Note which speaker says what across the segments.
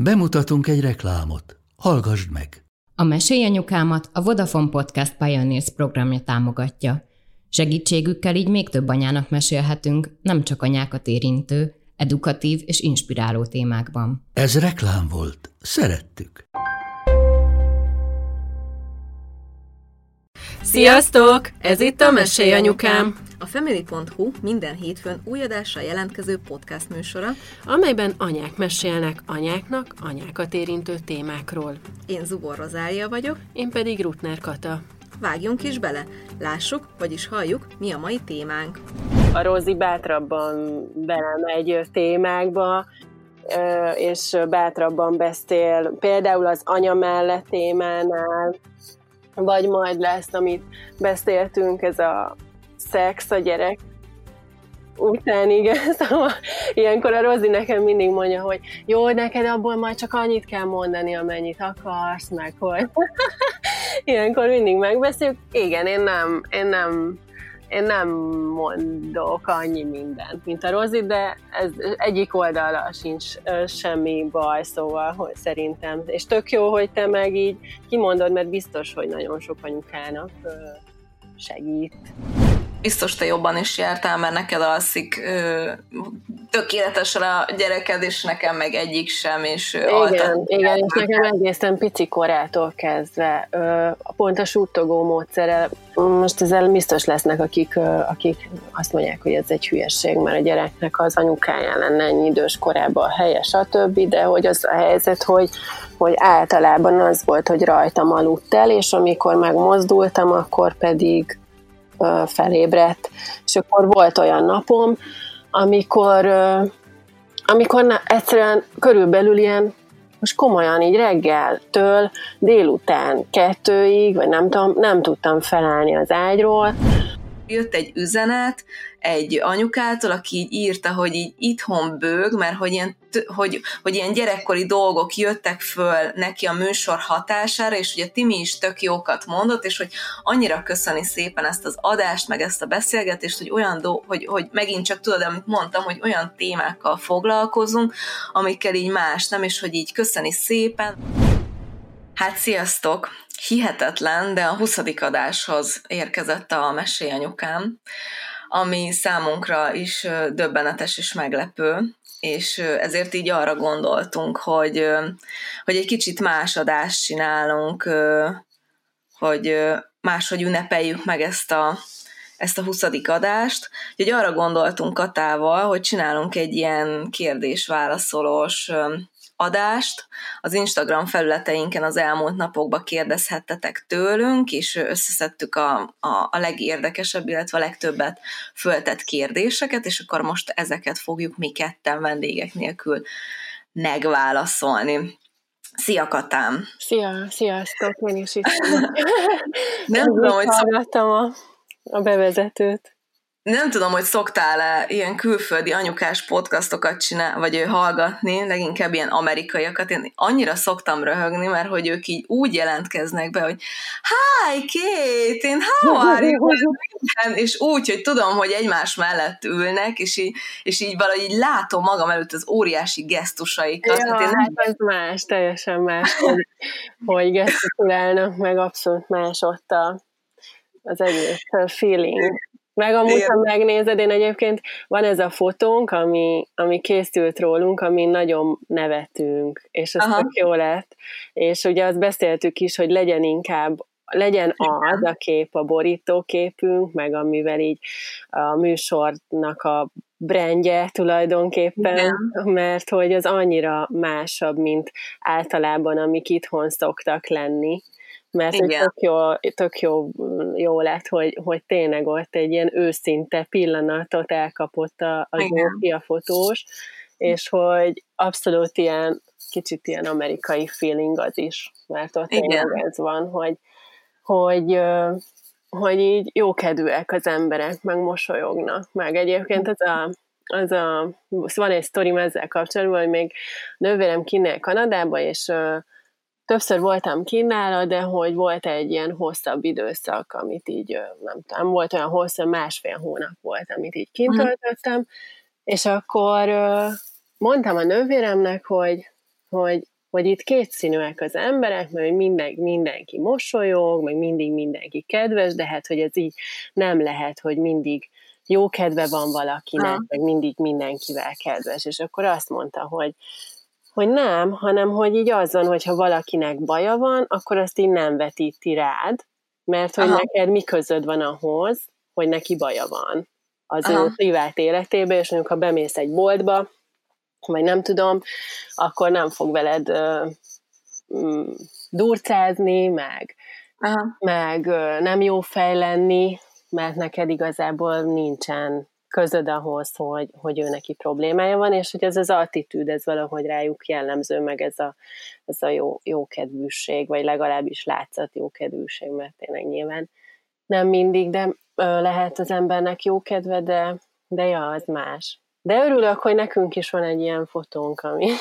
Speaker 1: Bemutatunk egy reklámot. Hallgasd meg!
Speaker 2: A Mesélj Anyukámat a Vodafone Podcast Pioneers programja támogatja. Segítségükkel így még több anyának mesélhetünk, nem csak anyákat érintő, edukatív és inspiráló témákban.
Speaker 1: Ez reklám volt. Szerettük!
Speaker 3: Sziasztok! Ez itt a Mesélj Anyukám!
Speaker 4: A Family.hu minden hétfőn új adásra jelentkező podcast műsora,
Speaker 3: amelyben anyák mesélnek anyáknak anyákat érintő témákról.
Speaker 4: Én Zubor Rozália vagyok,
Speaker 3: én pedig Rutner Kata.
Speaker 4: Vágjunk is bele, lássuk, vagyis halljuk, mi a mai témánk.
Speaker 3: A Rozi bátrabban belemegy témákba, és bátrabban beszél, például az anya mellett témánál, vagy majd lesz, amit beszéltünk, ez a szex a gyerek után, igen. Szóval ilyenkor a Rozi nekem mindig mondja, hogy jó, neked abból majd csak annyit kell mondani, amennyit akarsz, meg hogy ilyenkor mindig megbeszéljük. Igen, én nem mondok annyi mindent, mint a Rozi, de ez egyik oldalra sincs semmi baj, szóval hogy szerintem. És tök jó, hogy te meg így kimondod, mert biztos, hogy nagyon sok anyukának segít.
Speaker 5: Biztos te jobban is jártál, mert neked alszik tökéletesen a gyereked, és nekem meg egyik sem, és
Speaker 3: igen, és nekem egészen pici korától kezdve pont a suttogó módszerrel, most ezzel biztos lesznek, akik azt mondják, hogy ez egy hülyeség, mert a gyereknek az anyukáján lenne ennyi idős korában helye, stb., de hogy az a helyzet, hogy általában az volt, hogy rajtam aludt el, és amikor megmozdultam, akkor pedig felébredt. És akkor volt olyan napom, amikor egyszerűen körülbelül ilyen, most komolyan így reggeltől délután 2-ig, vagy nem tudtam felállni az ágyról.
Speaker 5: Jött egy üzenet egy anyukától, aki így írta, hogy így itthon bőg, mert hogy ilyen gyerekkori dolgok jöttek föl neki a műsor hatására, és ugye Timi is tök jókat mondott, és hogy annyira köszöni szépen ezt az adást, meg ezt a beszélgetést, hogy olyan hogy megint csak tudod, amit mondtam, hogy olyan témákkal foglalkozunk, amikkel így más nem, és hogy így köszöni szépen. Hát sziasztok! Hihetetlen, de a 20. adáshoz érkezett a Mesélj Anyukám, ami számunkra is döbbenetes és meglepő, és ezért így arra gondoltunk, hogy egy kicsit más adást csinálunk, hogy máshogy ünnepeljük meg ezt a 20. adást. Úgyhogy arra gondoltunk Katával, hogy csinálunk egy ilyen kérdés-válaszolós adást. Az Instagram felületeinken az elmúlt napokban kérdezhettetek tőlünk, és összeszedtük a legérdekesebb, illetve a legtöbbet föltett kérdéseket, és akkor most ezeket fogjuk mi ketten vendégek nélkül megválaszolni. Szia, Katám!
Speaker 3: Sziasztok, én is itt
Speaker 5: Nem tudom, hogy
Speaker 3: hallgattam a bevezetőt.
Speaker 5: Nem tudom, hogy szoktál-e ilyen külföldi anyukás podcastokat csinálni, vagy hallgatni, leginkább ilyen amerikaiakat. Én annyira szoktam röhögni, mert hogy ők így úgy jelentkeznek be, hogy Hi, Kate, én how are you? És úgy, hogy tudom, hogy egymás mellett ülnek, és így valahogy így látom magam előtt az óriási gesztusaikat.
Speaker 3: Ja, hát ez más, teljesen más, hogy gesztikulálnak, meg abszolút más ott az egész feeling. Meg amúgy, ha megnézed, én egyébként van ez a fotónk, ami készült rólunk, amin nagyon nevetünk, és ez tök jó lett. És ugye azt beszéltük is, hogy legyen az a kép, a borítóképünk, meg amivel így a műsornak a brandje tulajdonképpen, mert hogy az annyira másabb, mint általában, amik itthon szoktak lenni. Mert tök jó lett, hogy tényleg ott egy ilyen őszinte pillanatot elkapott a Zsófi, a fotós, és hogy abszolút ilyen, kicsit ilyen amerikai feeling az is, mert ott tényleg ez van, hogy így jókedvűek az emberek, meg mosolyognak, meg egyébként van egy sztorim ezzel kapcsolatban, hogy még nővérem kinn él Kanadában, és többször voltam kinn nála, de hogy volt egy ilyen hosszabb időszak, amit így, nem tudom, volt olyan hosszú, 1,5 hónap volt, amit így kint töltöttem, és akkor mondtam a nővéremnek, hogy hogy itt kétszínűek az emberek, mert mindenki mosolyog, meg mindig mindenki kedves, de hát, hogy ez így nem lehet, hogy mindig jó kedve van valakinek, meg mindig mindenkivel kedves. És akkor azt mondta, hogy nem, hanem hogy így az van, hogyha valakinek baja van, akkor azt így nem vetíti rád, mert hogy neked mi közöd van ahhoz, hogy neki baja van az ő privát életébe, és mondjuk, ha bemész egy boltba, vagy nem tudom, akkor nem fog veled durcázni, meg nem jó fej lenni, mert neked igazából nincsen közöd ahhoz, hogy ő neki problémája van, és hogy ez az attitűd, ez valahogy rájuk jellemző, meg ez a jókedvűség, vagy legalábbis látszat jókedvűség, mert tényleg nyilván nem mindig, de lehet az embernek jó kedve, de ja, az más. De örülök, hogy nekünk is van egy ilyen fotónk, ami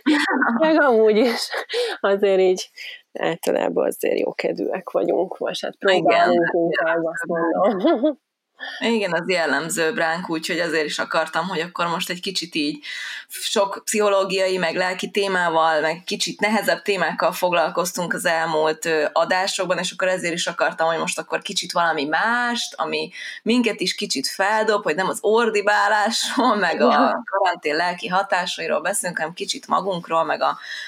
Speaker 3: meg amúgy is azért így általában azért jókedvűek vagyunk, vagy hát próbálunk inkább, azt mondom.
Speaker 5: Igen, az jellemzőbb ránk, úgyhogy azért is akartam, hogy akkor most egy kicsit így sok pszichológiai, meg lelki témával, meg kicsit nehezebb témákkal foglalkoztunk az elmúlt adásokban, és akkor ezért is akartam, hogy most akkor kicsit valami mást, ami minket is kicsit feldob, hogy nem az ordibálásról, meg a karantén lelki hatásairól beszélünk, hanem kicsit magunkról, meg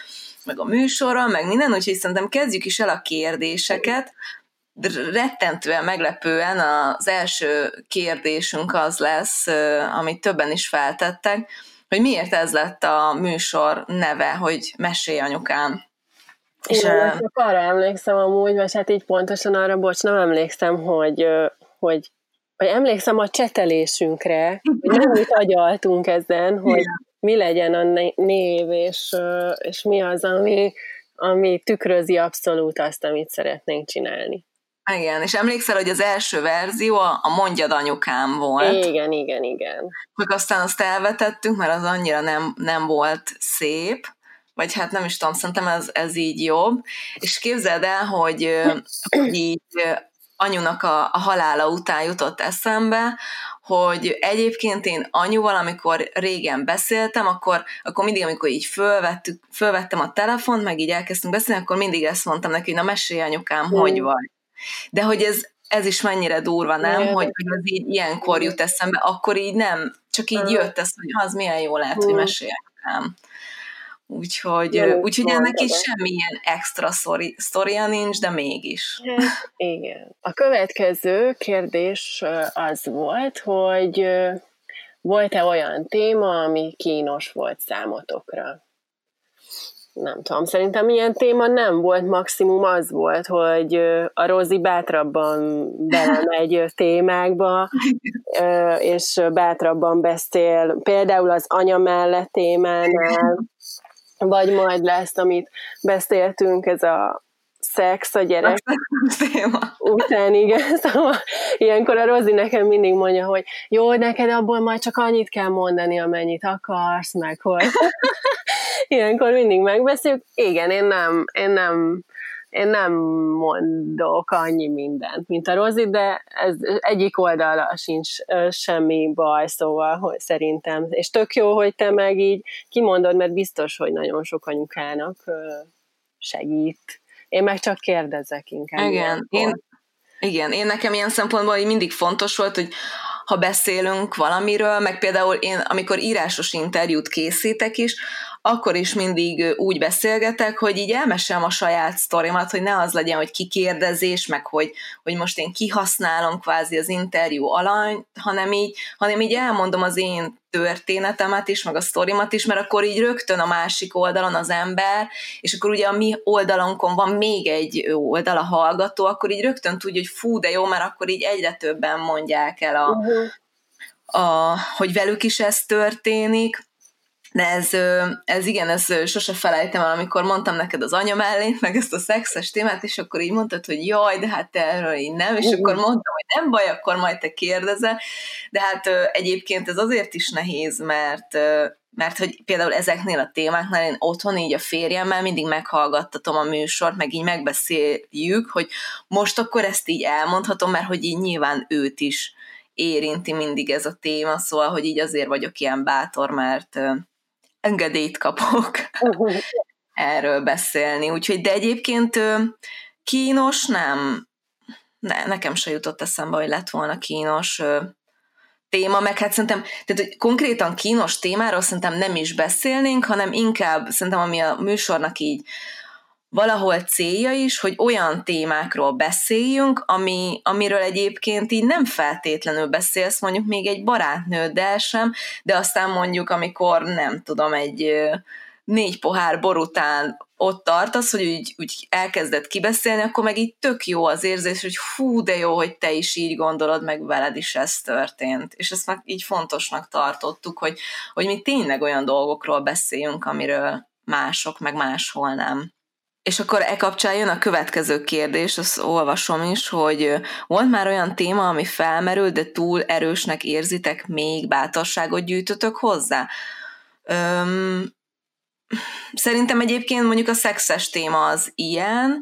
Speaker 5: a műsorról, meg minden, úgyhogy szerintem kezdjük is el a kérdéseket. Rettentően meglepően az első kérdésünk az lesz, amit többen is feltettek, hogy miért ez lett a műsor neve, hogy Mesélj anyukám.
Speaker 3: És csak arra emlékszem amúgy, vagy hát így pontosan arra, bocs, nem emlékszem, hogy emlékszem a csetelésünkre, hogy nem mit agyaltunk ezen, hogy mi legyen a név, és mi az, ami tükrözi abszolút azt, amit szeretnénk csinálni.
Speaker 5: Igen, és emlékszel, hogy az első verzió a Mondjad anyukám volt.
Speaker 3: Igen.
Speaker 5: Csak aztán azt elvetettünk, mert az annyira nem volt szép, vagy hát nem is tudom, szerintem ez így jobb. És képzeld el, hogy így anyunak a halála után jutott eszembe, hogy egyébként én anyuval, amikor régen beszéltem, akkor mindig, amikor így fölvettem a telefont, meg így elkezdtünk beszélni, akkor mindig ezt mondtam neki, hogy na mesélj anyukám, hogy vagy. De hogy ez is mennyire durva, nem? Hogy az így ilyenkor jut eszembe, akkor így nem, csak így jött ez, hogy az milyen jó lehet, hogy mesélj anyukám. Úgyhogy ennek is semmilyen extra sztoria nincs, de mégis.
Speaker 3: Igen. A következő kérdés az volt, hogy volt-e olyan téma, ami kínos volt számotokra? Nem tudom, szerintem ilyen téma nem volt, maximum az volt, hogy a Rozi bátrabban belemegy témákba, és bátrabban beszél, például az anya mellett témánál, vagy majd lesz, amit beszéltünk, ez a szex a gyerek után, igen. Szóval ilyenkor a Rozi nekem mindig mondja, hogy jó, neked abból majd csak annyit kell mondani, amennyit akarsz, meg hogy ilyenkor mindig megbeszéljük. Igen, én nem mondok annyi mindent, mint a Rozi, de ez egyik oldalra sincs semmi baj, szóval hogy szerintem. És tök jó, hogy te meg így kimondod, mert biztos, hogy nagyon sok anyukának segít. Én meg csak kérdezek inkább.
Speaker 5: Igen, én nekem ilyen szempontból mindig fontos volt, hogy ha beszélünk valamiről, meg például én, amikor írásos interjút készítek is, akkor is mindig úgy beszélgetek, hogy így elmesélem a saját sztorimat, hogy ne az legyen, hogy kikérdezés, meg hogy most én kihasználom kvázi az interjú alany, hanem így elmondom az én történetemet is, meg a sztorimat is, mert akkor így rögtön a másik oldalon az ember, és akkor ugye a mi oldalunkon van még egy oldal, a hallgató, akkor így rögtön tudja, hogy fú, de jó, mert akkor így egyre többen mondják el, hogy velük is ez történik. De ez sose felejtem el, amikor mondtam neked az anya mellét, meg ezt a szexes témát, és akkor így mondtad, hogy jaj, de hát te erről így nem, és akkor mondtam, hogy nem baj, akkor majd te kérdezel, de hát egyébként ez azért is nehéz, mert hogy például ezeknél a témáknál én otthon így a férjemmel mindig meghallgattatom a műsort, meg így megbeszéljük, hogy most akkor ezt így elmondhatom, mert hogy így nyilván őt is érinti mindig ez a téma, szóval, hogy így azért vagyok ilyen bátor, mert engedélyt kapok. erről beszélni. Úgyhogy, de egyébként kínos nem. Nekem se jutott eszembe, hogy lett volna kínos téma, meg hát szerintem, tehát hogy konkrétan kínos témáról szerintem nem is beszélnénk, hanem inkább szerintem, ami a műsornak így valahol célja is, hogy olyan témákról beszéljünk, amiről egyébként így nem feltétlenül beszélsz, mondjuk még egy barátnőddel sem, de aztán mondjuk, amikor nem tudom, egy 4 pohár bor után ott tartasz, hogy úgy elkezded kibeszélni, akkor meg így tök jó az érzés, hogy hú, de jó, hogy te is így gondolod, meg veled is ez történt. És ezt meg így fontosnak tartottuk, hogy mi tényleg olyan dolgokról beszéljünk, amiről mások, meg máshol nem. És akkor kapcsán jön a következő kérdés, azt olvasom is, hogy volt már olyan téma, ami felmerül, de túl erősnek érzitek, még bátorságot gyűjtötök hozzá? Szerintem egyébként mondjuk a szexes téma az ilyen,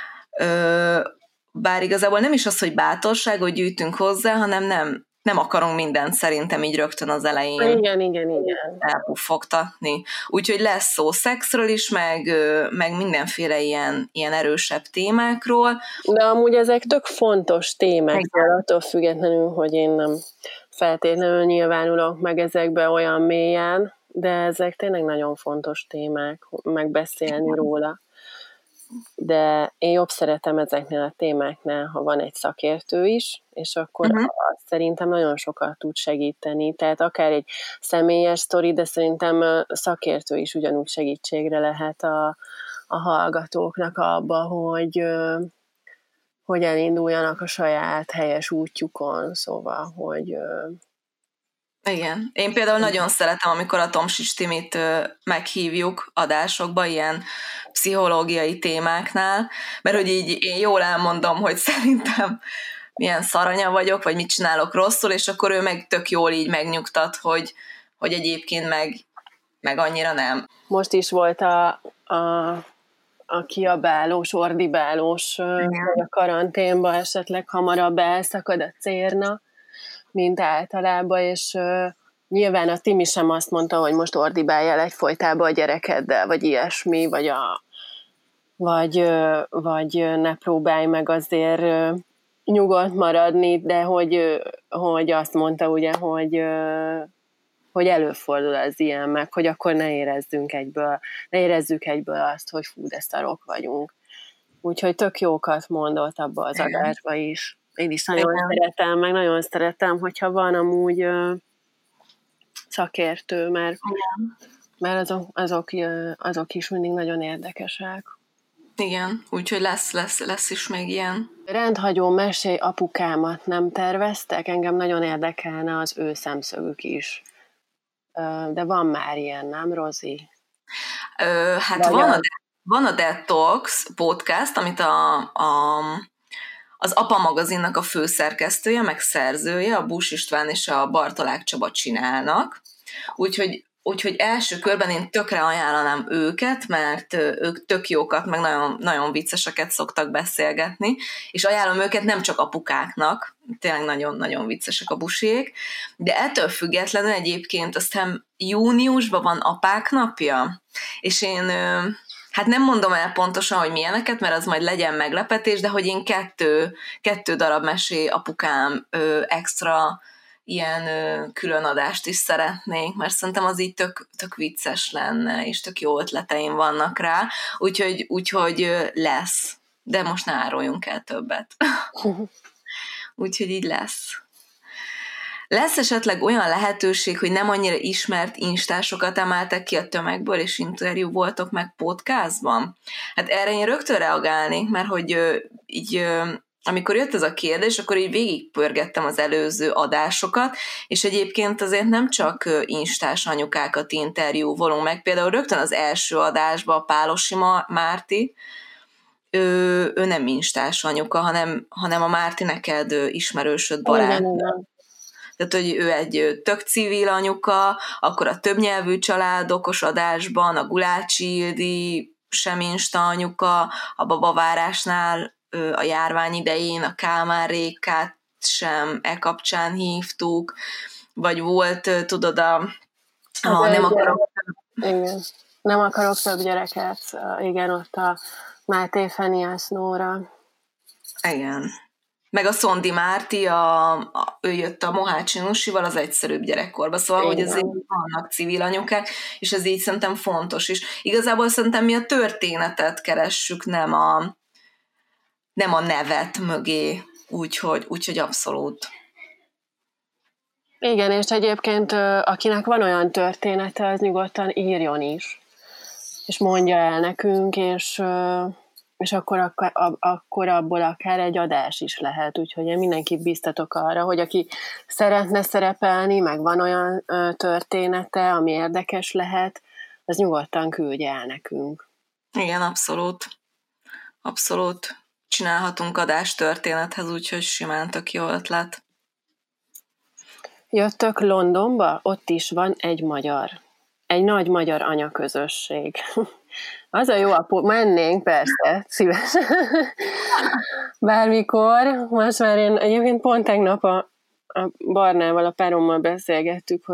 Speaker 5: bár igazából nem is az, hogy bátorságot gyűjtünk hozzá, hanem nem akarunk mindent szerintem így rögtön az elején
Speaker 3: Igen.
Speaker 5: elpuffogtatni. Úgyhogy lesz szó szexről is, meg mindenféle ilyen erősebb témákról.
Speaker 3: De amúgy ezek tök fontos témák, attól függetlenül, hogy én nem feltétlenül nyilvánulok meg ezekbe olyan mélyen, de ezek tényleg nagyon fontos témák, megbeszélni róla. De én jobb szeretem ezeknél a témáknál, ha van egy szakértő is, és akkor szerintem nagyon sokat tud segíteni. Tehát akár egy személyes sztori, de szerintem szakértő is ugyanúgy segítségre lehet a hallgatóknak abba, hogy elinduljanak a saját helyes útjukon, szóval, hogy...
Speaker 5: Igen. Én például nagyon szeretem, amikor a Tomsics Timit meghívjuk adásokba, ilyen pszichológiai témáknál, mert hogy így én jól elmondom, hogy szerintem milyen szaranya vagyok, vagy mit csinálok rosszul, és akkor ő meg tök jól így megnyugtat, hogy egyébként meg annyira nem.
Speaker 3: Most is volt a kiabálós, ordibálós, hogy a karanténban esetleg hamarabb elszakad a cérna, mint általában, és nyilván a Timi sem azt mondta, hogy most ordibáljál egyfolytában a gyerekeddel, vagy ilyesmi, vagy ne próbálj meg azért nyugodt maradni, de hogy azt mondta ugye, hogy előfordul az ilyen, meg hogy akkor ne érezzük egyből azt, hogy fú, de szarok vagyunk. Úgyhogy tök jókat mondott abba az adásba is. Én is nagyon szeretem, hogyha van amúgy szakértő, mert azok is mindig nagyon érdekesek.
Speaker 5: Igen, úgyhogy lesz is még ilyen.
Speaker 3: Rendhagyó mesélj apukámat nem terveztek? Engem nagyon érdekelne az ő szemszögük is. De van már ilyen, nem, Rozi?
Speaker 5: Hát van a Dead Talks podcast, amit az APA magazinnak a főszerkesztője, meg szerzője, a Bús István és a Bartalák Csaba csinálnak. Úgyhogy első körben én tökre ajánlanám őket, mert ők tök jókat, meg nagyon, nagyon vicceseket szoktak beszélgetni, és ajánlom őket nem csak apukáknak, tényleg nagyon-nagyon viccesek a busiék, de ettől függetlenül egyébként aztán júniusban van apák napja, és én... Hát nem mondom el pontosan, hogy milyeneket, mert az majd legyen meglepetés, de hogy én kettő darab mesé apukám extra ilyen különadást is szeretnék, mert szerintem az így tök vicces lenne, és tök jó ötleteim vannak rá, úgyhogy lesz, de most ne áruljunk el többet. Úgyhogy így lesz. Lesz esetleg olyan lehetőség, hogy nem annyira ismert instásokat emeltek ki a tömegből, és interjú voltok meg podcastban? Hát erre én rögtön reagálnék, mert hogy így, amikor jött ez a kérdés, akkor így végigpörgettem az előző adásokat, és egyébként azért nem csak instás anyukákat interjúvolunk meg, például rögtön az első adásban a Pálosi Márti, ő nem instás anyuka, hanem a Márti neked ismerősöd, barátnő. Tehát, hogy ő egy tök civil anyuka, akkor a többnyelvű családokos adásban, a Gulácsi Ildi sem insta anyuka, a babavárásnál a járvány idején a Kálmán Rékát sem kapcsán hívtuk, vagy volt, tudod, nem akarok...
Speaker 3: Igen. Nem akarok több gyereket, igen, ott a Máté Feniász Nóra.
Speaker 5: Igen. Meg a Szondi Márti, ő jött a Mohácsi Nusival az egyszerűbb gyerekkorba, szóval,
Speaker 3: Igen.
Speaker 5: hogy azért vannak civil anyukák, és ez így szerintem fontos is. Igazából szerintem mi a történetet keressük, nem a nevet mögé, úgyhogy abszolút.
Speaker 3: Igen, és egyébként akinek van olyan története, az nyugodtan írjon is, és mondja el nekünk, és akkor abból akár egy adás is lehet, úgyhogy én mindenkit biztatok arra, hogy aki szeretne szerepelni, meg van olyan története, ami érdekes lehet, az nyugodtan küldje el nekünk.
Speaker 5: Igen, abszolút. Abszolút. Csinálhatunk adás történethez, úgyhogy simán tök jó ötlet.
Speaker 3: Jöttök Londonba? Ott is van egy nagy magyar anyaközösség. Az a jó, mennénk, persze, szívesen. Bármikor. Most már én egyébként pont tegnap a Barnával, a párommal beszélgettük,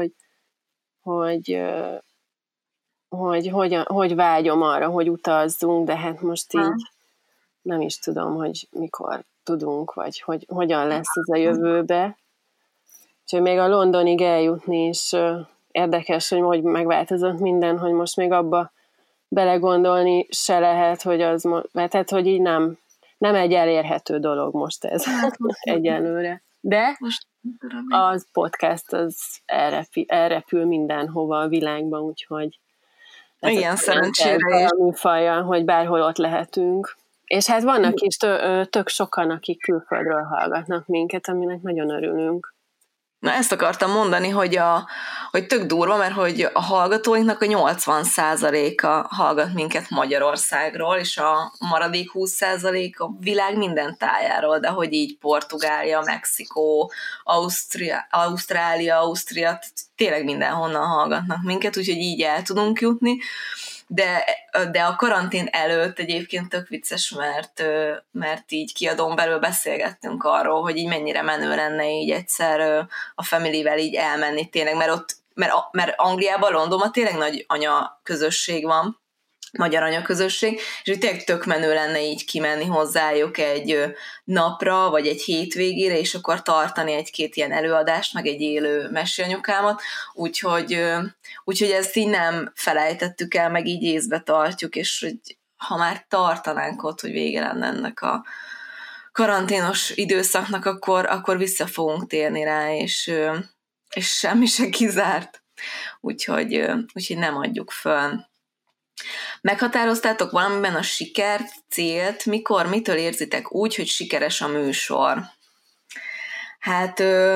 Speaker 3: hogy vágyom arra, hogy utazzunk, de hát most így nem is tudom, hogy mikor tudunk, vagy hogy hogyan lesz ez a jövőbe. Úgyhogy még a Londonig eljutni is érdekes, hogy megváltozott minden, hogy most még abba belegondolni se lehet, hogy az, tehát hogy így nem egy elérhető dolog most ez egyelőre. De az podcast az elrepül mindenhova a világban, úgyhogy
Speaker 5: igen, szerencsére is.
Speaker 3: Műfaja, hogy bárhol ott lehetünk. És hát vannak is tök sokan, akik külföldről hallgatnak minket, aminek nagyon örülünk.
Speaker 5: Na ezt akartam mondani, hogy tök durva, mert hogy a hallgatóinknak a 80%-a hallgat minket Magyarországról, és a maradék 20% a világ minden tájáról, de hogy így Portugália, Mexikó, Ausztrália, tényleg mindenhonnan hallgatnak minket, úgyhogy így el tudunk jutni. De a karantén előtt egyébként tök vicces, mert így kiadón belül beszélgettünk arról, hogy így mennyire menő lenne így egyszer a familyvel így elmenni tényleg, mert Angliában, Londonban tényleg nagy anyaközösség van, magyar anyaközösség, és így tényleg tök menő lenne így kimenni hozzájuk egy napra, vagy egy hétvégére, és akkor tartani egy-két ilyen előadást, meg egy élő meséanyukámat, úgyhogy ezt így nem felejtettük el, meg így észbe tartjuk, és hogy ha már tartanánk ott, hogy vége lenne ennek a karanténos időszaknak, akkor vissza fogunk térni rá, és semmi se kizárt. Úgyhogy nem adjuk föl. Meghatároztátok valamiben a sikert, célt, mitől érzitek úgy, hogy sikeres a műsor? Hát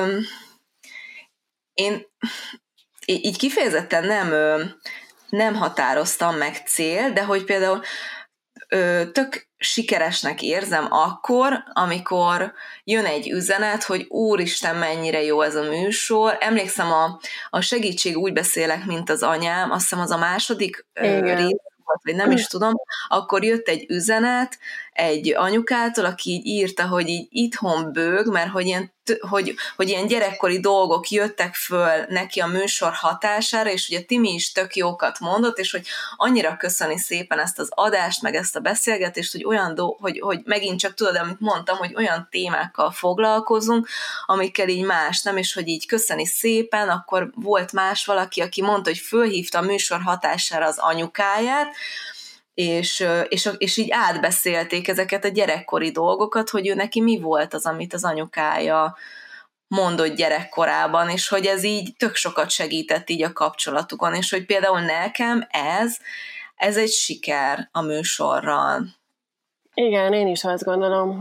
Speaker 5: én így kifejezetten nem határoztam meg cél, de hogy például tök sikeresnek érzem akkor, amikor jön egy üzenet, hogy úristen, mennyire jó ez a műsor. Emlékszem, a segítség úgy beszélek, mint az anyám, azt hiszem az a második rész volt, vagy nem is tudom, akkor jött egy üzenet egy anyukától, aki így írta, hogy így itthon bőg, mert hogy ilyen gyerekkori dolgok jöttek föl neki a műsor hatására, és ugye Timi is tök jókat mondott, és hogy annyira köszöni szépen ezt az adást, meg ezt a beszélgetést, hogy hogy megint csak tudod, amit mondtam, hogy olyan témákkal foglalkozunk, amikkel így más nem, és hogy így köszöni szépen, akkor volt más valaki, aki mondta, hogy fölhívta a műsor hatására az anyukáját, és így átbeszélték ezeket a gyerekkori dolgokat, hogy ő neki mi volt az, amit az anyukája mondott gyerekkorában, és hogy ez így tök sokat segített így a kapcsolatukon, és hogy például nekem ez egy siker a műsorral.
Speaker 3: Igen, én is azt gondolom,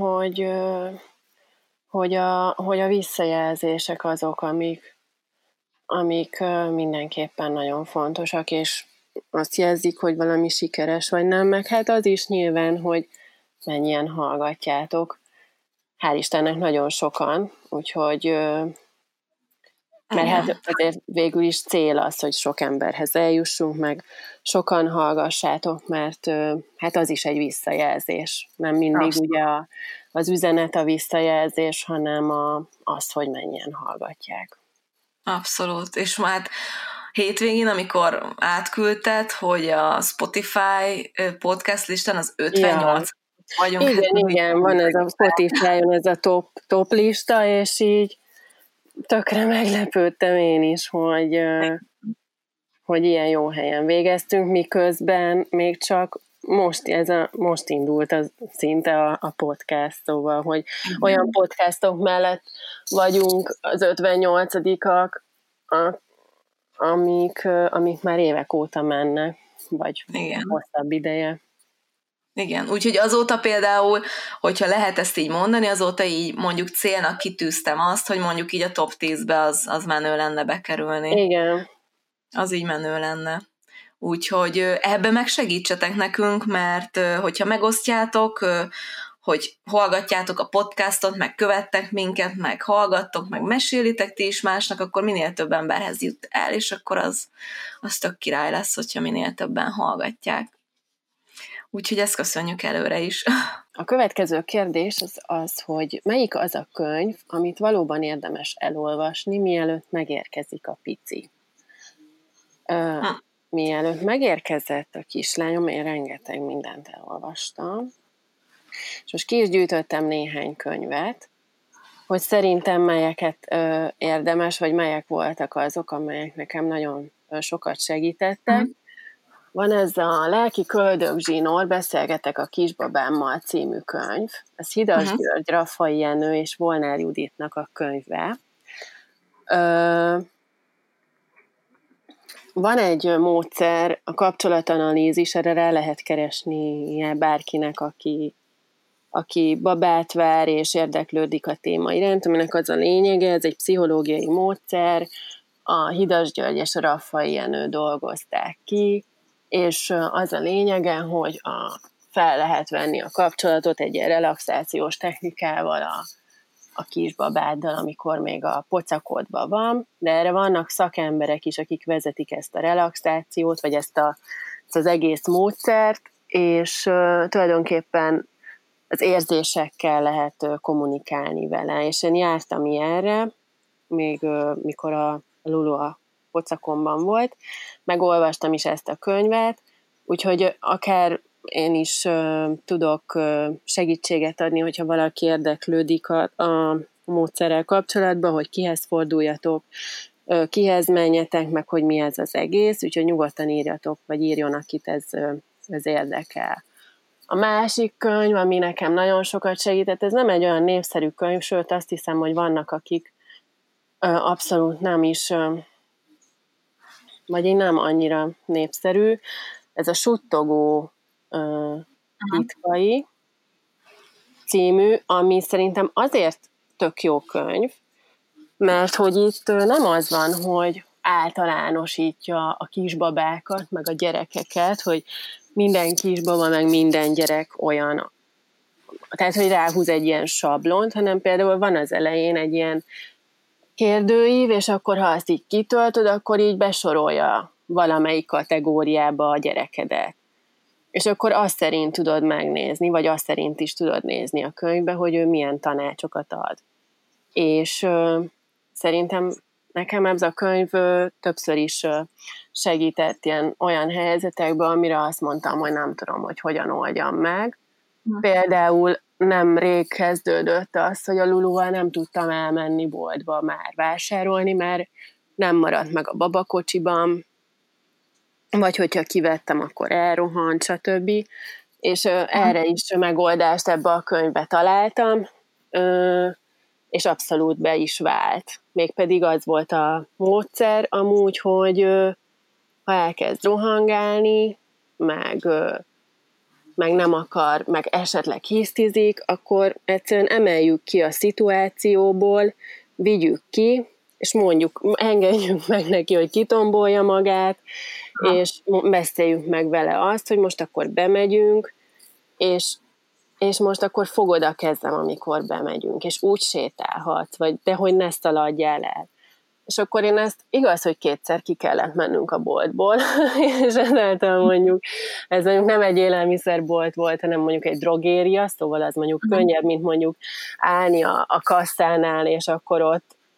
Speaker 3: hogy a visszajelzések azok, amik mindenképpen nagyon fontosak, és azt jelzik, hogy valami sikeres vagy nem, meg hát az is nyilván, hogy mennyien hallgatjátok. Hál' Istennek nagyon sokan, úgyhogy mert hát azért végül is cél az, hogy sok emberhez eljussunk, meg sokan hallgassátok, mert hát az is egy visszajelzés. Nem mindig ugye az üzenet a visszajelzés, hanem az, hogy mennyien hallgatják.
Speaker 5: Abszolút, és hát hétvégén, amikor átküldted, hogy a Spotify podcast listán az 58 vagyunk.
Speaker 3: Igen, van ez a Spotify-on ez a top lista, és így tökre meglepődtem én is, hogy ilyen jó helyen végeztünk, miközben még csak most indult szinte a podcast, szóval, hogy olyan podcastok mellett vagyunk az 58-ak, amik már évek óta mennek, vagy hosszabb ideje.
Speaker 5: Igen, úgyhogy azóta például, hogyha lehet ezt így mondani, azóta így mondjuk célnak kitűztem azt, hogy mondjuk így a top 10-be az menő lenne bekerülni.
Speaker 3: Igen.
Speaker 5: Az így menő lenne. Úgyhogy ebben meg segítsetek nekünk, mert hogyha megosztjátok, hogy hallgatjátok a podcastot, meg követtek minket, meg hallgattok, meg mesélitek ti is másnak, akkor minél több emberhez jut el, és akkor az tök király lesz, hogyha minél többen hallgatják. Úgyhogy ezt köszönjük előre is.
Speaker 3: A következő kérdés az, hogy melyik az a könyv, amit valóban érdemes elolvasni, mielőtt megérkezik a pici. Mielőtt megérkezett a kislányom, én rengeteg mindent elolvastam, és most ki is gyűjtöttem néhány könyvet, hogy szerintem melyeket érdemes, vagy melyek voltak azok, amelyek nekem nagyon sokat segítettek. Van ez a Lelki köldök zsinór, beszélgetek a kisbabámmal című könyv. Ez Hidas György, Raffai Jenő és Volner Juditnak a könyve. Van egy módszer, a kapcsolatanalízis, erre rá lehet keresnie bárkinek, aki babát vár és érdeklődik a téma iránt, aminek az a lényege, ez egy pszichológiai módszer, a Hidas György és a Raffai Jenő dolgozták ki, és az a lényege, hogy fel lehet venni a kapcsolatot egy ilyen relaxációs technikával a kisbabáddal, amikor még a pocakodban van, de erre vannak szakemberek is, akik vezetik ezt a relaxációt, vagy ezt az egész módszert, és tulajdonképpen az érzésekkel lehet kommunikálni vele, és én jártam ilyenre, még mikor a Lulu a pocakomban volt, megolvastam is ezt a könyvet, úgyhogy akár én is tudok segítséget adni, hogyha valaki érdeklődik a módszerrel kapcsolatban, hogy kihez forduljatok, kihez menjetek, meg hogy mi ez az egész, úgyhogy nyugodtan írjatok, vagy írjon, akit ez érdekel. A másik könyv, ami nekem nagyon sokat segített, ez nem egy olyan népszerű könyv, sőt azt hiszem, hogy vannak, akik abszolút nem is, vagy így nem annyira népszerű. Ez a Suttogó titkai című, ami szerintem azért tök jó könyv, mert hogy itt nem az van, hogy általánosítja a kisbabákat, meg a gyerekeket, hogy minden kisbaba, meg minden gyerek olyan, tehát, hogy ráhúz egy ilyen sablont, hanem például van az elején egy ilyen kérdőív, és akkor ha azt így kitöltöd, akkor így besorolja valamelyik kategóriába a gyerekedet. És akkor azt szerint tudod megnézni, vagy azt szerint is tudod nézni a könyvbe, hogy ő milyen tanácsokat ad. És szerintem nekem ez a könyv többször is segített olyan helyzetekben, amire azt mondtam, hogy nem tudom, hogy hogyan oldjam meg. Például nemrég kezdődött az, hogy a Luluval nem tudtam elmenni boltba már vásárolni, mert nem maradt meg a babakocsiban, vagy hogyha kivettem, akkor elrohant, stb. És erre is megoldást ebbe a könyvbe találtam, és abszolút be is vált. Mégpedig az volt a módszer amúgy, hogy ha elkezd rohangálni, meg nem akar, meg esetleg hisztizik, akkor egyszerűen emeljük ki a szituációból, vigyük ki, és mondjuk, engedjük meg neki, hogy kitombolja magát, és beszéljük meg vele azt, hogy most akkor bemegyünk, és most akkor fogod a kezem, amikor bemegyünk, és úgy sétálhatsz, de hogy ne szaladjál el. És akkor én ezt, igaz, hogy 2-szer ki kellett mennünk a boltból, és ezáltal mondjuk, ez mondjuk nem egy élelmiszerbolt volt, hanem mondjuk egy drogéria, szóval az mondjuk könnyebb, mint mondjuk állni a kasszánál, és akkor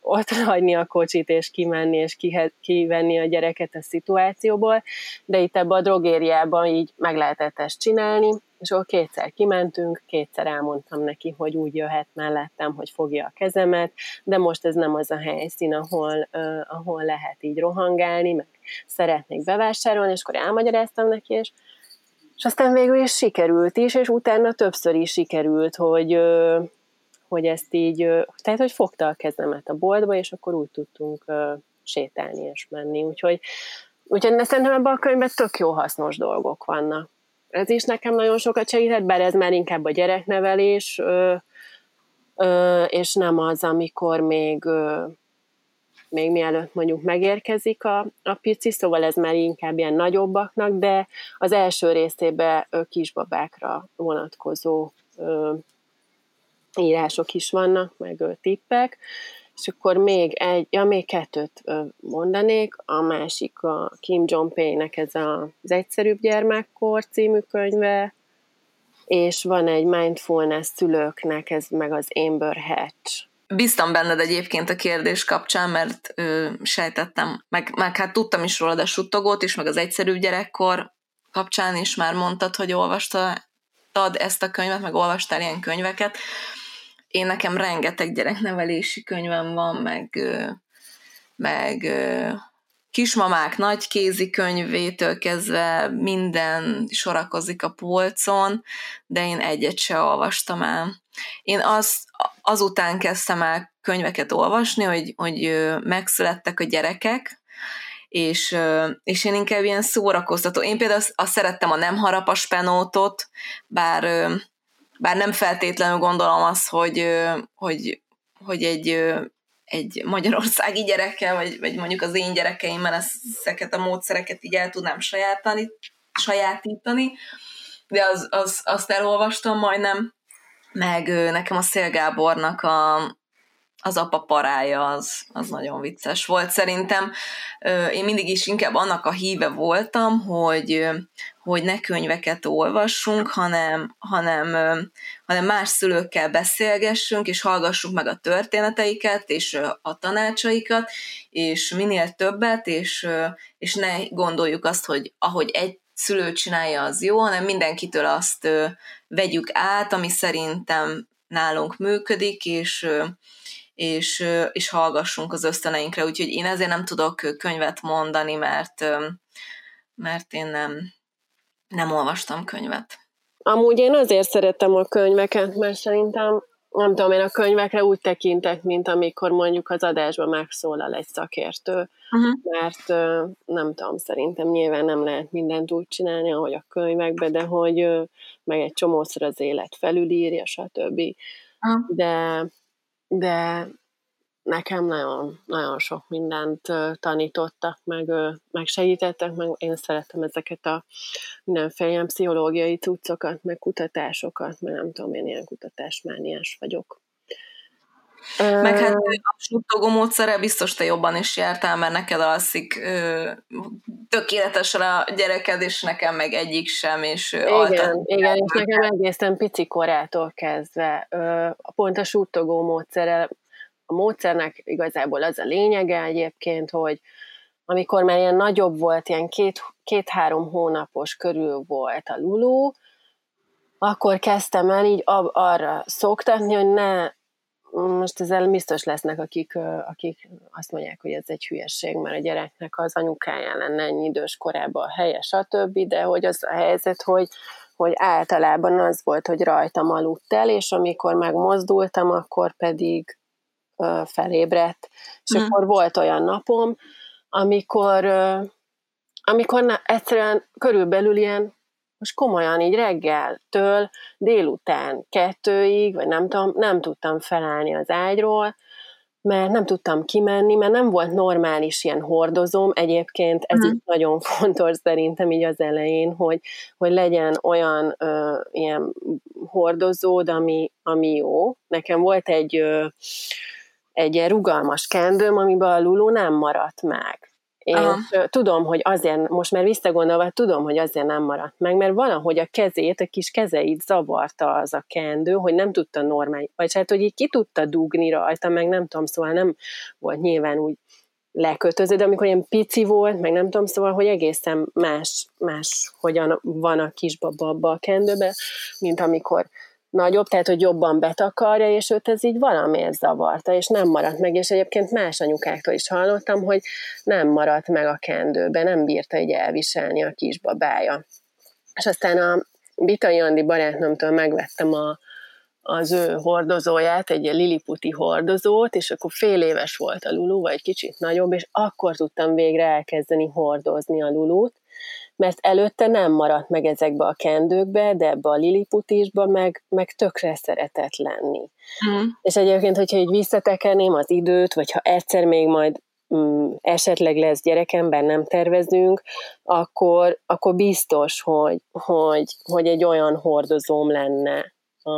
Speaker 3: ott hagyni a kocsit, és kimenni, és kivenni a gyereket a szituációból, de itt ebben a drogériában így meg lehetett ezt csinálni, és akkor 2-szer kimentünk, 2-szer elmondtam neki, hogy úgy jöhet mellettem, hogy fogja a kezemet, de most ez nem az a helyszín, ahol lehet így rohangálni, meg szeretnék bevásárolni, és akkor elmagyaráztam neki, és aztán végül is sikerült is, és utána többször is sikerült, hogy ezt így, tehát, hogy fogta a kezemet a boltba, és akkor úgy tudtunk sétálni és menni. Úgyhogy szerintem ebben a könyvben tök jó hasznos dolgok vannak. Ez is nekem nagyon sokat segített, bár ez már inkább a gyereknevelés, és nem az, amikor még mielőtt mondjuk megérkezik a pici, szóval ez már inkább ilyen nagyobbaknak, de az első részében kisbabákra vonatkozó írások is vannak, meg tippek, és akkor még 2 mondanék, a másik a Kim Jong-Pei-nek ez az Egyszerűbb gyermekkor című könyve, és van egy Mindfulness szülőknek, ez meg az Amber Hatch.
Speaker 5: Bíztam benned egyébként a kérdés kapcsán, mert sejtettem, meg hát tudtam is rólad a Suttogót is, meg az Egyszerűbb gyerekkor kapcsán is már mondtad, hogy olvastad ezt a könyvet, meg olvastál ilyen könyveket. Én nekem rengeteg gyereknevelési könyvem van, meg kismamák nagy kézi könyvétől kezdve minden sorakozik a polcon, de én egyet se olvastam el. Én azután kezdtem el könyveket olvasni, hogy megszülettek a gyerekek, és én inkább ilyen szórakoztató. Én például azt szerettem a Nem harap a spenótot, bár nem feltétlenül gondolom azt, hogy egy magyarországi gyerekkel, vagy mondjuk az én gyerekeimmel ezeket a módszereket így el tudnám sajátítani, de azt elolvastam majdnem, meg nekem a Széll Gábornak az Apa parája, az nagyon vicces volt szerintem. Én mindig is inkább annak a híve voltam, hogy ne könyveket olvassunk, hanem más szülőkkel beszélgessünk, és hallgassuk meg a történeteiket, és a tanácsaikat, és minél többet, és ne gondoljuk azt, hogy ahogy egy szülő csinálja, az jó, hanem mindenkitől azt vegyük át, ami szerintem nálunk működik, és hallgassunk az ösztöneinkre. Úgyhogy én ezért nem tudok könyvet mondani, mert én nem olvastam könyvet.
Speaker 3: Amúgy én azért szeretem a könyveket, mert szerintem, nem tudom, én a könyvekre úgy tekintek, mint amikor mondjuk az adásban megszólal egy szakértő, mert nem tudom, szerintem nyilván nem lehet mindent úgy csinálni, ahogy a könyvekben, de hogy meg egy csomószor az élet felülírja, stb. De nekem nagyon, nagyon sok mindent tanítottak, meg segítettek, meg én szeretem ezeket a mindenféle ilyen pszichológiai cuccokat, meg kutatásokat, mert nem tudom, én ilyen kutatásmániás vagyok.
Speaker 5: Meg hát a suttogó módszerrel biztos te jobban is jártál, mert neked alszik tökéletesen a gyereked, és nekem meg egyik sem, és
Speaker 3: igen, és nekem egészen pici korától kezdve pont a suttogó módszerrel, a módszernek igazából az a lényege egyébként, hogy amikor már ilyen nagyobb volt, ilyen 2-3 hónapos körül volt a Lulu, akkor kezdtem el így arra szoktatni, hogy ne, most ezzel biztos lesznek, akik azt mondják, hogy ez egy hülyeség, mert a gyereknek az anyukáján lenne ennyi idős korában a helye, stb., de hogy az a helyzet, hogy általában az volt, hogy rajtam aludt el, és amikor megmozdultam, akkor pedig felébredt. És akkor volt olyan napom, amikor egyszerűen körülbelül ilyen, most komolyan így reggeltől délután 2-ig, vagy nem tudom, nem tudtam felállni az ágyról, mert nem tudtam kimenni, mert nem volt normális ilyen hordozóm. Egyébként ez így nagyon fontos szerintem így az elején, hogy legyen olyan ilyen hordozód, ami jó. Nekem volt egy ilyen rugalmas kendőm, amiben a Lulu nem maradt meg. És tudom, hogy azért, most már visszagondolva, tudom, hogy azért nem maradt meg, mert valahogy a kis kezeit zavarta az a kendő, hogy nem tudta normális, vagy hát, hogy így ki tudta dugni rajta, meg nem tudom, szóval nem volt nyilván úgy lekötöző, de amikor ilyen pici volt, meg nem tudom, szóval, hogy egészen más hogyan van a kisbaba abba a kendőbe, mint amikor nagyobb, tehát, hogy jobban betakarja, és őt ez így valamiért zavarta, és nem maradt meg, és egyébként más anyukáktól is hallottam, hogy nem maradt meg a kendőbe, nem bírta így elviselni a kisbabája. És aztán a Bitai Andi barátnőmtől megvettem az ő hordozóját, egy ilyen liliputi hordozót, és akkor fél éves volt a Lulu, vagy kicsit nagyobb, és akkor tudtam végre elkezdeni hordozni a Lulut, mert előtte nem maradt meg ezekbe a kendőkbe, de ebbe a liliputisba meg tökre szeretett lenni. És egyébként, hogyha így visszatekerném az időt, vagy ha egyszer még majd esetleg lesz gyerekem, bár nem tervezünk, akkor biztos, hogy egy olyan hordozóm lenne,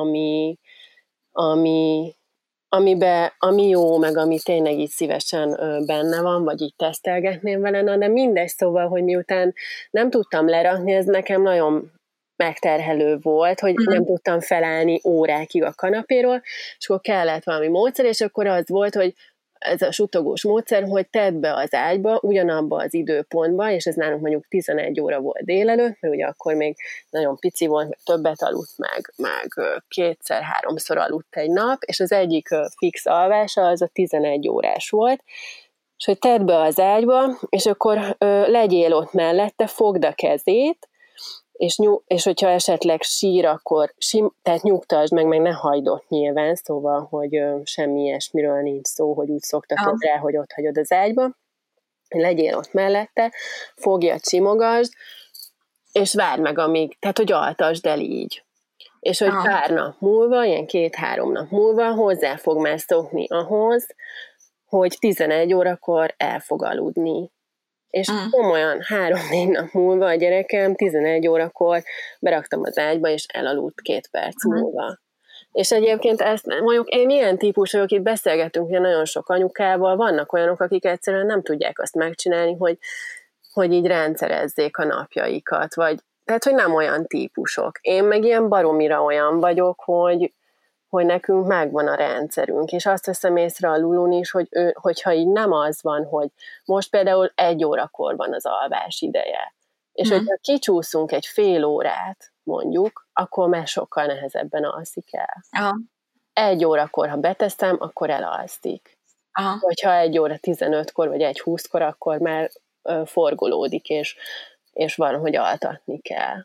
Speaker 3: ami jó, meg ami tényleg így szívesen benne van, vagy így tesztelgetném vele, de mindegy, szóval, hogy miután nem tudtam lerakni, ez nekem nagyon megterhelő volt, hogy nem tudtam felállni órákig a kanapéról, és akkor kellett valami módszer, és akkor az volt, hogy ez a suttogós módszer, hogy tedd be az ágyba, ugyanabba az időpontba, és ez nálunk mondjuk 11 óra volt délelőtt, mert ugye akkor még nagyon pici volt, meg többet aludt, meg 2-3-szor aludt egy nap, és az egyik fix alvása az a 11 órás volt, és hogy tedd be az ágyba, és akkor legyél ott mellette, fogd a kezét, és hogyha esetleg sír, akkor tehát nyugtasd meg ne hagyd ott nyilván, szóval, hogy semmi ilyesmiről nincs szó, hogy úgy szoktatod rá, hogy ott hagyod az ágyba, legyél ott mellette, fogjad, simogasd, és várd meg tehát hogy altasd el így. És hogy pár nap múlva, ilyen 2-3 nap múlva hozzá fog már szokni ahhoz, hogy 11 órakor el fog aludni. És komolyan 3-4 nap múlva a gyerekem 11 órakor beraktam az ágyba, és elaludt 2 perc múlva. És egyébként ezt mondjuk én ilyen típus vagyok, itt beszélgetünk ugye nagyon sok anyukával, vannak olyanok, akik egyszerűen nem tudják azt megcsinálni, hogy így rendszerezzék a napjaikat, tehát, hogy nem olyan típusok. Én meg ilyen baromira olyan vagyok, hogy nekünk megvan a rendszerünk, és azt veszem észre a Lulun is, hogyha így nem az van, hogy most például 1 órakor van az alvás ideje, és hogyha kicsúszunk egy fél órát, mondjuk, akkor már sokkal nehezebben alszik el. 1 órakor, ha beteszem, akkor elalszik. Hogyha 1 óra 15-kor, vagy 1:20-kor, akkor már forgolódik, és van, hogy altatni kell.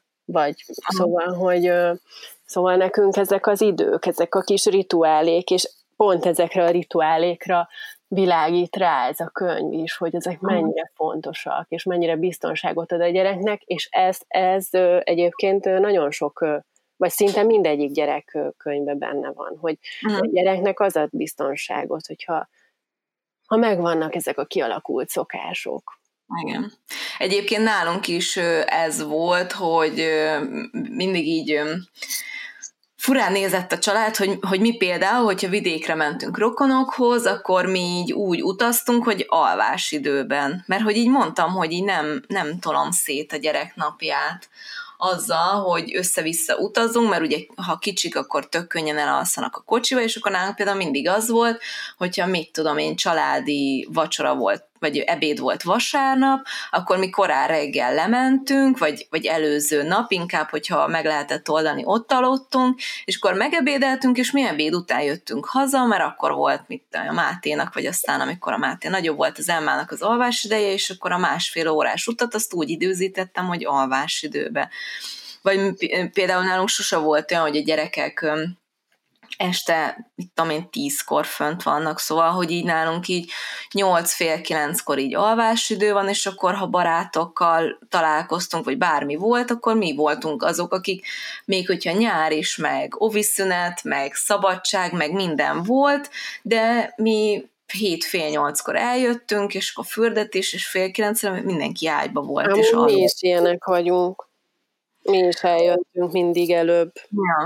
Speaker 3: Szóval nekünk ezek az idők, ezek a kis rituálék, és pont ezekre a rituálékra világít rá ez a könyv is, hogy ezek mennyire fontosak, és mennyire biztonságot ad a gyereknek, és ez egyébként nagyon sok, vagy szinte mindegyik gyerek könyvben benne van, hogy a gyereknek az ad biztonságot, hogyha megvannak ezek a kialakult szokások.
Speaker 5: Igen. Egyébként nálunk is ez volt, hogy mindig így furán nézett a család, hogy mi például, hogyha vidékre mentünk rokonokhoz, akkor mi így úgy utaztunk, hogy alvásidőben. Mert hogy így mondtam, hogy így nem tolom szét a gyerek napját azzal, hogy össze-vissza utazunk, mert ugye ha kicsik, akkor tök könnyen elalszanak a kocsiba, és akkor nálunk például mindig az volt, hogyha mit tudom én, családi vacsora volt, vagy ebéd volt vasárnap, akkor mi korán reggel lementünk, vagy előző nap, inkább, hogyha meg lehetett oldani, ott aludtunk, és akkor megebédeltünk, és mi ebéd után jöttünk haza, mert akkor volt a Máténak, vagy aztán, amikor a Máté nagyobb volt, az Emmának az alvásideje, és akkor a 1,5 órás utat azt úgy időzítettem, hogy alvásidőbe. Vagy például nálunk sose volt olyan, hogy a gyerekek este, 10-kor fönt vannak, szóval, hogy így nálunk így 8-8:30-kor így alvásidő van, és akkor, ha barátokkal találkoztunk, vagy bármi volt, akkor mi voltunk azok, akik még hogyha nyár is, meg oviszünet, meg szabadság, meg minden volt, de mi 7-8:30-kor eljöttünk, és akkor fürdetés, és 8:30-re mindenki ágyba volt.
Speaker 3: Mi is ilyenek vagyunk. Mi is eljöttünk mindig előbb.
Speaker 5: Ja.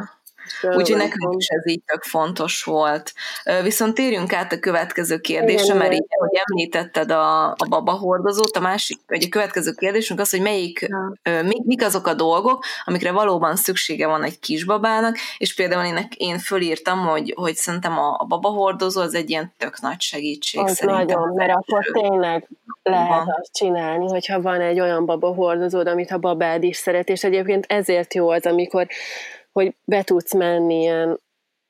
Speaker 5: Úgyhogy nekünk is ez így tök fontos volt. Viszont térjünk át a következő kérdésre, mert így, ahogy említetted a babahordozót, a következő kérdésünk az, hogy mik azok a dolgok, amikre valóban szüksége van egy kisbabának, és például én fölírtam, hogy szerintem a babahordozó az egy ilyen tök nagy segítség.
Speaker 3: Az
Speaker 5: szerintem.
Speaker 3: nagyon, mert akkor tényleg lehet azt csinálni, hogyha van egy olyan babahordozód, amit a babád is szeret, és egyébként ezért jó az, amikor hogy be tudsz menni ilyen,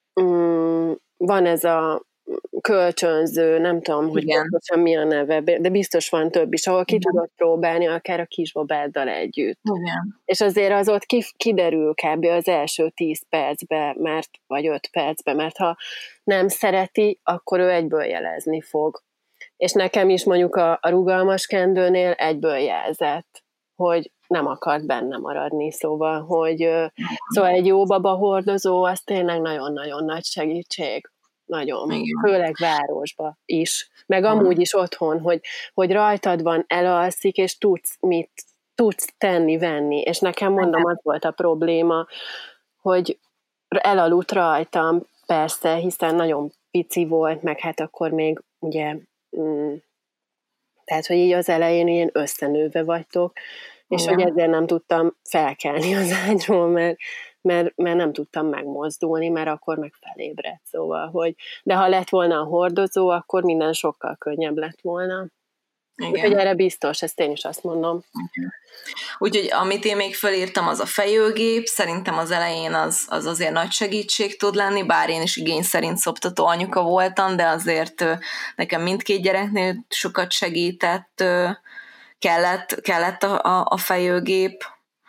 Speaker 3: van ez a kölcsönző, nem tudom, hogy pontosan mi a neve, de biztos van több is, ahol ki tudod próbálni akár a kisbabáddal együtt.
Speaker 5: Igen.
Speaker 3: És azért az ott kiderül kb. Az első 10 percbe, vagy 5 percbe, mert ha nem szereti, akkor ő egyből jelezni fog. És nekem is mondjuk a rugalmas kendőnél egyből jelzett, hogy nem akart benne maradni, szóval egy jó babahordozó az tényleg nagyon-nagyon nagy segítség. Nagyon. Igen. Főleg városba is. Meg amúgy is otthon, hogy rajtad van, elalszik, és tudsz tenni, venni. És nekem mondom, az volt a probléma, hogy elaludt rajtam, persze, hiszen nagyon pici volt, meg hát akkor még ugye tehát, hogy így az elején ilyen összenőve vagytok, és hogy ezért nem tudtam felkelni az ágyról, mert nem tudtam megmozdulni, mert akkor meg felébredt, szóval, de ha lett volna a hordozó, akkor minden sokkal könnyebb lett volna. Úgyhogy erre biztos, ezt én is azt mondom.
Speaker 5: Úgyhogy amit én még felírtam, az a fejőgép, szerintem az elején az azért nagy segítség tud lenni, bár én is igény szerint szoptató anyuka voltam, de azért nekem mindkét gyereknél sokat segített, kellett a fejőgép.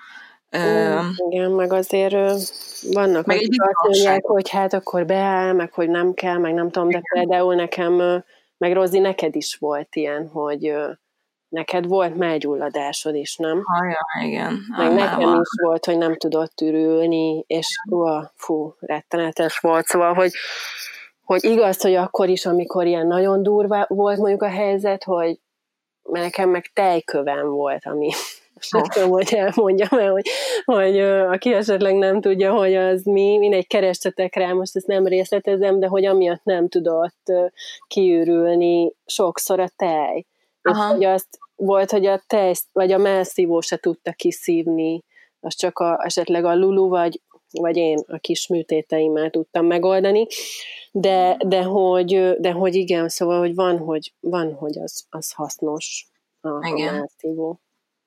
Speaker 3: Igen, meg azért vannak, meg akik azt mondják, hogy hát akkor beáll, meg hogy nem kell, meg nem tudom, de például nekem, meg Rozi, neked is volt ilyen, hogy neked volt mellgyulladásod is, nem?
Speaker 5: Igen.
Speaker 3: Meg nekem is volt, hogy nem tudott ürülni, és rettenetes volt, szóval, hogy igaz, hogy akkor is, amikor ilyen nagyon durva volt mondjuk a helyzet, hogy nekem meg tejkövem volt, ami nem tudom, hogy elmondjam el, hogy aki esetleg nem tudja, hogy az mindegy, keressetek rá, most ezt nem részletezem, de hogy amiatt nem tudott kiürülni sokszor a tej. És hogy azt volt, hogy a tej, vagy a mellszívó se tudta kiszívni, az csak esetleg a Lulu, vagy én a kis műtéteimmel tudtam megoldani, de hogy igen, szóval, hogy van, hogy az hasznos a mellszívó.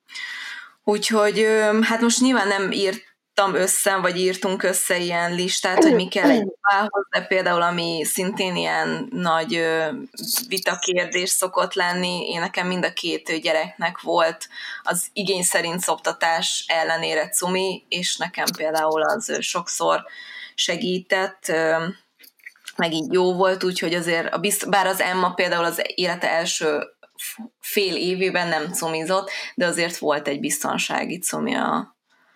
Speaker 5: Úgyhogy hát most nyilván nem írtam össze, vagy írtunk össze ilyen listát, hogy mi kell egy babához, de például ami szintén ilyen nagy vitakérdés szokott lenni, én nekem mind a két gyereknek volt az igény szerint szoptatás ellenére cumi, és nekem például az sokszor segített, meg így jó volt, úgyhogy azért, bár az Emma például az élete első fél évében nem cumizott, de azért volt egy biztonsági cumi a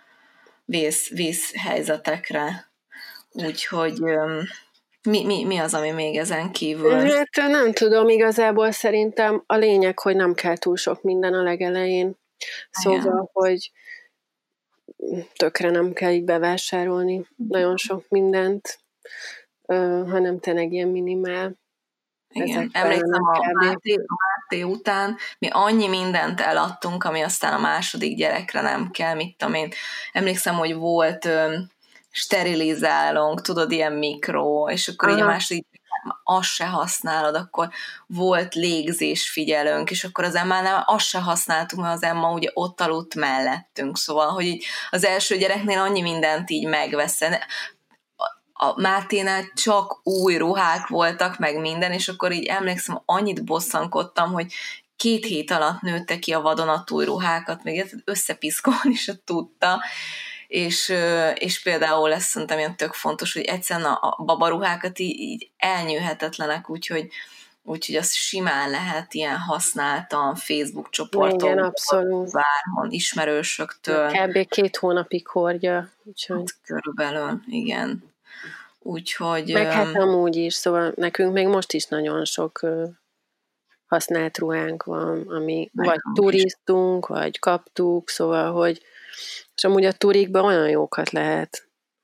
Speaker 5: vészhelyzetekre. Úgyhogy mi az, ami még ezen kívül?
Speaker 3: Hát nem tudom, igazából szerintem a lényeg, hogy nem kell túl sok minden a legelején. Szóval, hogy tökre nem kell így bevásárolni nagyon sok mindent, hanem tényleg ilyen minimál.
Speaker 5: Igen, emlékszem a Máté után mi annyi mindent eladtunk, ami aztán a második gyerekre nem kell, mit tudom én. Emlékszem, hogy volt sterilizálónk, tudod, ilyen mikro, és akkor így a második azt se használod, akkor volt légzésfigyelőnk, és akkor az Emmánál azt se használtuk, mert az Emma ugye ott aludt mellettünk, szóval, hogy így az első gyereknél annyi mindent így megveszen. A Máténál csak új ruhák voltak, meg minden, és akkor így emlékszem, annyit bosszankodtam, hogy 2 hét alatt nőtte ki a vadonatúj ruhákat, még összepiszkolni se tudta, és például ezt szerintem ilyen tök fontos, hogy egyszerűen a babaruhákat így elnyűhetetlenek, úgyhogy azt simán lehet ilyen használtan Facebook csoporton,
Speaker 3: igen, abszolút.
Speaker 5: Bárhol, ismerősöktől.
Speaker 3: Kb. 2 hónapig hordja. Úgyhogy...
Speaker 5: Hát, körülbelül, igen. Úgyhogy...
Speaker 3: Meg hát amúgy is, szóval nekünk még most is nagyon sok használt ruhánk van, ami vagy turiztunk, vagy kaptuk, szóval, hogy és amúgy a turikban olyan jókat lehet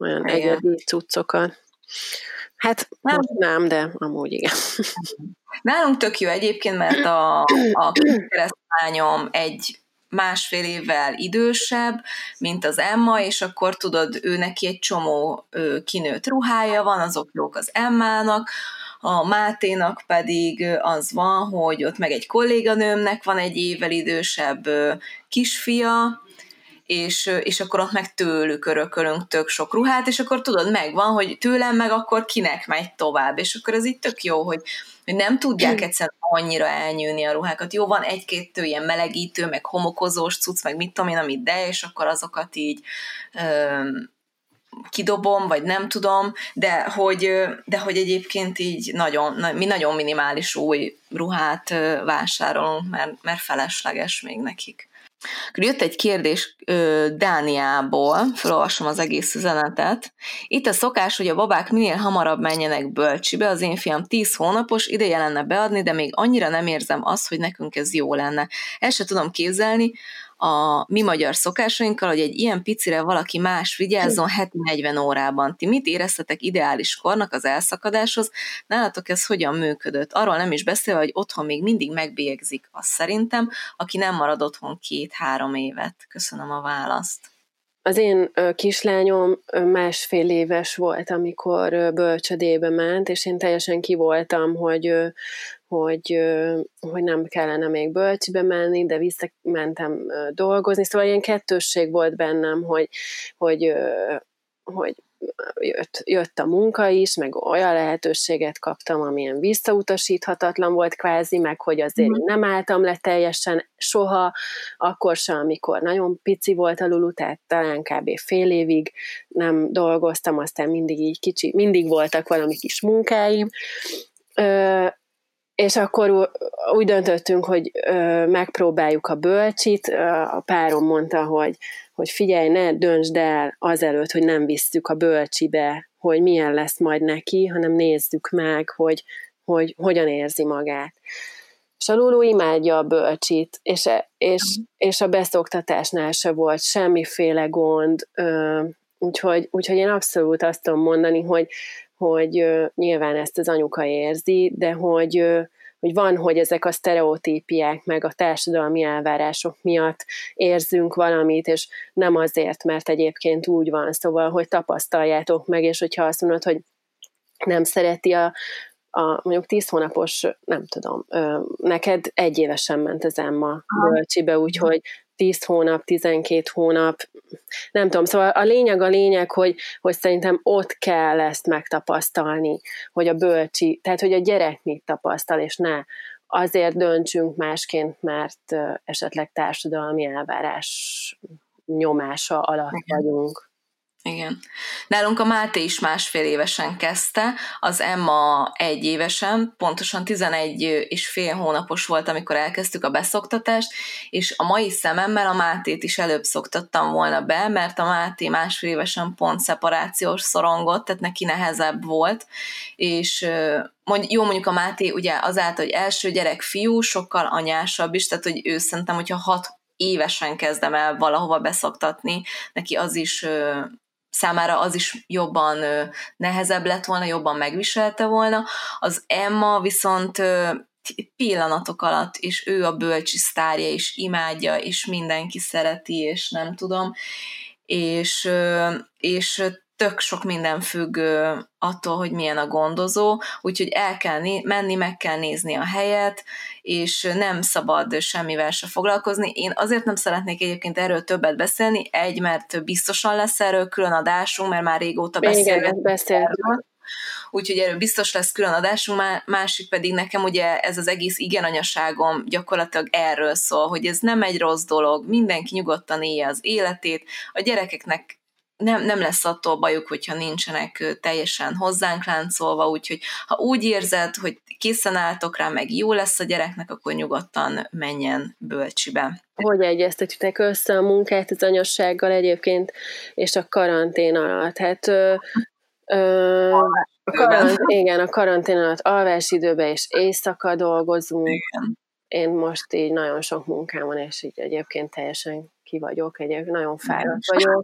Speaker 3: olyan egyedi cuccokat. Hát nem, de amúgy igen.
Speaker 5: Nálunk tök jó egyébként, mert a keresztlányom másfél évvel idősebb, mint az Emma, és akkor tudod, ő neki egy csomó kinőtt ruhája van, azok jók az Emmának, a Máténak pedig az van, hogy ott meg egy kolléganőmnek van egy évvel idősebb kisfia, és akkor ott meg tőlük örökölünk tök sok ruhát, és akkor tudod, megvan, hogy tőlem meg akkor kinek megy tovább, és akkor ez így tök jó, hogy nem tudják egyszerűen annyira elnyűni a ruhákat. Jó, van egy-két ilyen melegítő, meg homokozós cucc, meg mit tudom én, amit és akkor azokat így kidobom, vagy nem tudom, de hogy egyébként így mi nagyon minimális új ruhát vásárolunk, mert felesleges még nekik. Akkor jött egy kérdés Dániából, felolvasom az egész üzenetet. Itt a szokás, hogy a babák minél hamarabb menjenek bölcsibe, az én fiam 10 hónapos, ideje lenne beadni, de még annyira nem érzem azt, hogy nekünk ez jó lenne. El se tudom képzelni a mi magyar szokásainkkal, hogy egy ilyen picire valaki más vigyázzon heti 40 órában. Ti mit éreztetek ideális kornak az elszakadáshoz? Nálatok ez hogyan működött? Arról nem is beszélve, hogy otthon még mindig megbélyegzik, azt szerintem, aki nem marad otthon 2-3 évet. Köszönöm a választ.
Speaker 3: Az én kislányom másfél éves volt, amikor bölcsödébe ment, és én teljesen kivoltam, hogy nem kellene még bölcsibe menni, de visszamentem dolgozni. Szóval ilyen kettősség volt bennem, hogy jött a munka is, meg olyan lehetőséget kaptam, amilyen visszautasíthatatlan volt kvázi, meg hogy azért nem álltam le teljesen soha, akkor sem, amikor nagyon pici volt a Lulu, tehát talán kb. Fél évig nem dolgoztam, aztán mindig voltak valami kis munkáim, és akkor úgy döntöttünk, hogy megpróbáljuk a bölcsit. A párom mondta, hogy figyelj, ne döntsd el azelőtt, hogy nem visszük a bölcsibe, hogy milyen lesz majd neki, hanem nézzük meg, hogy hogyan érzi magát. És a Lulu imádja a bölcsit, és a beszoktatásnál se volt semmiféle gond, úgyhogy én abszolút azt tudom mondani, hogy nyilván ezt az anyuka érzi, de hogy van, hogy ezek a sztereotípiák meg a társadalmi elvárások miatt érzünk valamit, és nem azért, mert egyébként úgy van, szóval, hogy tapasztaljátok meg, és hogyha azt mondod, hogy nem szereti a mondjuk 10 hónapos, nem tudom, neked 1 évesen ment az Emma bölcsibe, úgyhogy 10 hónap, 12 hónap, nem tudom, szóval a lényeg, hogy szerintem ott kell ezt megtapasztalni, hogy a bölcsi, tehát hogy a gyerek mit tapasztal, és ne azért döntsünk másként, mert esetleg társadalmi elvárás nyomása alatt vagyunk.
Speaker 5: Igen. Nálunk a Máté is 1,5 évesen kezdte, az Emma 1 évesen, pontosan 11,5 hónapos volt, amikor elkezdtük a beszoktatást, és a mai szememmel a Mátét is előbb szoktattam volna be, mert a Máté 1,5 évesen pont szeparációs szorongott, tehát neki nehezebb volt, és mondjuk a Máté ugye azáltal, hogy első gyerek fiú, sokkal anyásabb is, tehát hogy ő szerintem, hogyha 6 évesen kezdem el valahova beszoktatni, neki az is számára az is jobban nehezebb lett volna, jobban megviselte volna. Az Emma viszont pillanatok alatt, és ő a bölcsi sztárja, és imádja, és mindenki szereti, és nem tudom, és tök sok minden függ attól, hogy milyen a gondozó, úgyhogy el kell menni, meg kell nézni a helyet, és nem szabad semmivel se foglalkozni. Én azért nem szeretnék egyébként erről többet beszélni, mert biztosan lesz erről külön adásunk, mert már régóta beszélgetünk erről. Úgyhogy erről biztos lesz külön adásunk, másik pedig nekem ugye ez az egész igenanyaságom gyakorlatilag erről szól, hogy ez nem egy rossz dolog, mindenki nyugodtan élje az életét, a gyerekeknek nem lesz attól bajuk, hogyha nincsenek teljesen hozzánk láncolva, úgyhogy ha úgy érzed, hogy készen álltok rá, meg jó lesz a gyereknek, akkor nyugodtan menjen bölcsibe.
Speaker 3: Hogy egyeztetitek össze a munkát az anyassággal egyébként, és a karantén alatt? Hát a karantén alatt alvásidőben és éjszaka dolgozunk. Igen. Én most így nagyon sok munkám van, és így egyébként teljesen ki vagyok, egyébként nagyon fáradt vagyok,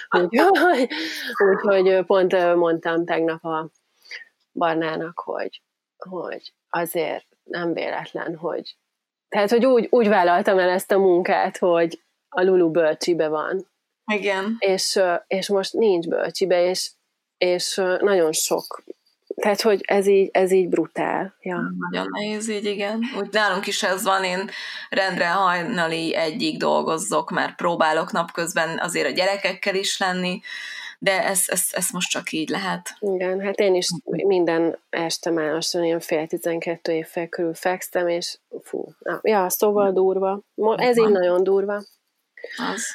Speaker 3: úgyhogy pont mondtam tegnap a Barnának, hogy azért nem véletlen, hogy úgy vállaltam el ezt a munkát, hogy a Lulu bölcsibe van.
Speaker 5: Igen.
Speaker 3: És most nincs bölcsibe, és nagyon sok. Tehát, hogy ez így brutál. Ja.
Speaker 5: Nagyon nehéz így, igen. Úgy nálunk is ez van, én rendre hajnali 1-ig dolgozzok, mert próbálok napközben azért a gyerekekkel is lenni, de ez most csak így lehet.
Speaker 3: Igen, hát én is minden este már lassan ilyen 11:30 éjfél körül feksztem, és szóval durva. Ez így nagyon durva.
Speaker 5: Az.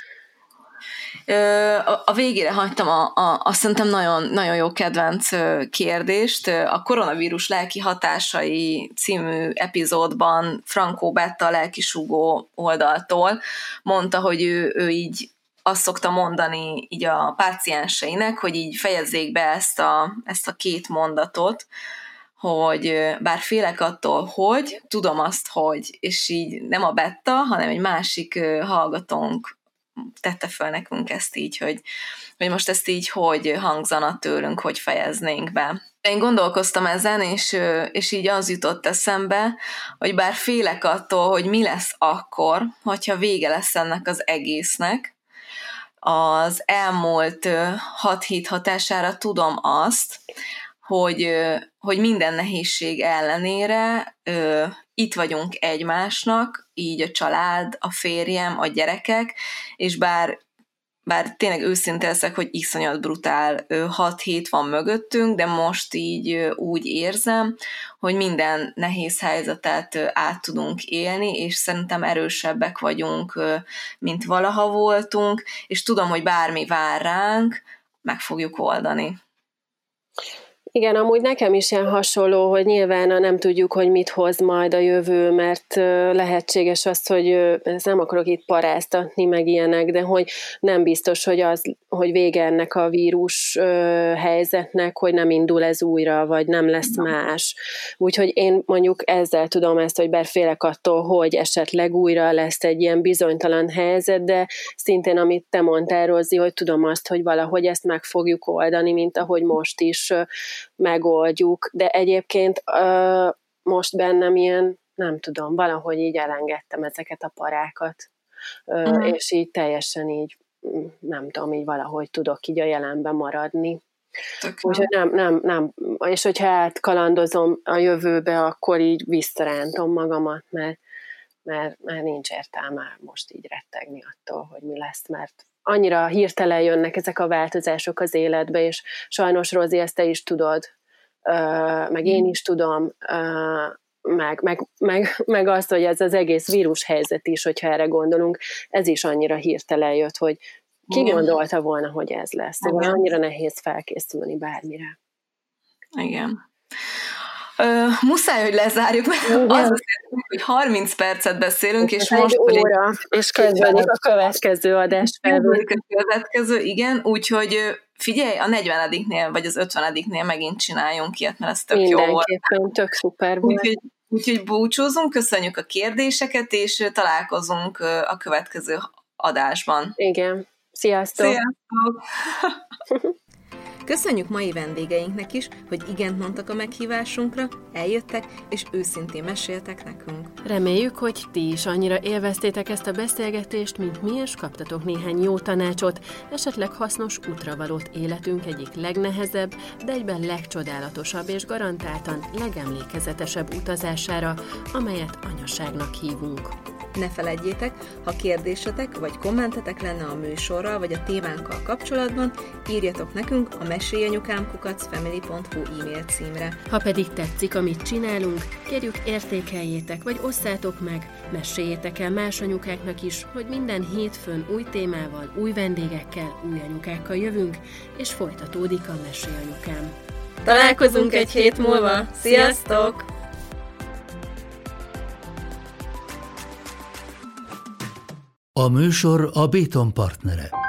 Speaker 5: A végére hagytam azt szerintem nagyon, nagyon jó kedvenc kérdést. A koronavírus lelki hatásai című epizódban Frankó Betta a lelkisúgó oldaltól mondta, hogy ő így azt szokta mondani így a pácienseinek, hogy így fejezzék be ezt a 2 mondatot, hogy bár félek attól, hogy, tudom azt, hogy, és így nem a Betta, hanem egy másik hallgatónk tette fel nekünk ezt így, hogy most ezt így hogy hangzana tőlünk, hogy fejeznénk be. Én gondolkoztam ezen, és így az jutott eszembe, hogy bár félek attól, hogy mi lesz akkor, hogyha vége lesz ennek az egésznek, az elmúlt 6 hét hatására tudom azt, hogy minden nehézség ellenére itt vagyunk egymásnak, így a család, a férjem, a gyerekek, és bár tényleg őszinte leszek, hogy iszonyat brutál 6 hét van mögöttünk, de most így úgy érzem, hogy minden nehéz helyzetet át tudunk élni, és szerintem erősebbek vagyunk, mint valaha voltunk, és tudom, hogy bármi vár ránk, meg fogjuk oldani.
Speaker 3: Igen, amúgy nekem is ilyen hasonló, hogy nyilván nem tudjuk, hogy mit hoz majd a jövő, mert lehetséges az, hogy ezt nem akarok itt paráztatni, meg ilyenek, de hogy nem biztos, hogy vége ennek a vírus helyzetnek, hogy nem indul ez újra, vagy nem lesz más. Úgyhogy én mondjuk ezzel tudom ezt, hogy bár félek attól, hogy esetleg újra lesz egy ilyen bizonytalan helyzet, de szintén, amit te mondtál, Rozi, hogy tudom azt, hogy valahogy ezt meg fogjuk oldani, mint ahogy most is megoldjuk, de egyébként most bennem ilyen, nem tudom, valahogy így elengedtem ezeket a parákat, és így teljesen így, nem tudom, így valahogy tudok így a jelenben maradni. Úgyhogy nem, és hogyha átkalandozom a jövőbe, akkor így visszarántom magamat, mert nincs értelme most így rettegni attól, hogy mi lesz, mert annyira hirtelen jönnek ezek a változások az életbe, és sajnos, Rozi, ezt te is tudod, meg én is tudom, meg azt, hogy ez az egész vírushelyzet is, hogyha erre gondolunk, ez is annyira hirtelen jött, hogy ki gondolta volna, hogy ez lesz. Szóval annyira nehéz felkészülni bármire.
Speaker 5: Igen. Muszáj, hogy lezárjuk, mert az azért, hogy 30 percet beszélünk, és most
Speaker 3: óra, és kezdődik a következő adás.
Speaker 5: Kezdődik a következő, igen, úgyhogy figyelj, a 40-nél vagy az 50-nél megint csináljunk ilyet, mert ez tök jó volt.
Speaker 3: Mindenképpen, tök szuper volt.
Speaker 5: Úgyhogy búcsúzunk, köszönjük a kérdéseket, és találkozunk a következő adásban.
Speaker 3: Igen. Sziasztok!
Speaker 5: Sziasztok!
Speaker 4: Köszönjük mai vendégeinknek is, hogy igent mondtak a meghívásunkra, eljöttek és őszintén meséltek nekünk.
Speaker 6: Reméljük, hogy ti is annyira élveztétek ezt a beszélgetést, mint mi, és kaptatok néhány jó tanácsot, esetleg hasznos útravalót életünk egyik legnehezebb, de egyben legcsodálatosabb és garantáltan legemlékezetesebb utazására, amelyet anyaságnak hívunk.
Speaker 4: Ne feledjétek, ha kérdésetek vagy kommentetek lenne a műsorral vagy a témánkkal kapcsolatban, írjatok nekünk a mesélyanyukám@family.hu e-mail címre.
Speaker 6: Ha pedig tetszik, amit csinálunk, kérjük értékeljétek vagy osszátok meg, meséljétek el más anyukáknak is, hogy minden hétfőn új témával, új vendégekkel, új anyukákkal jövünk, és folytatódik a Mesélyanyukám.
Speaker 4: Találkozunk egy hét múlva! Sziasztok!
Speaker 1: A műsor a Béton partnere.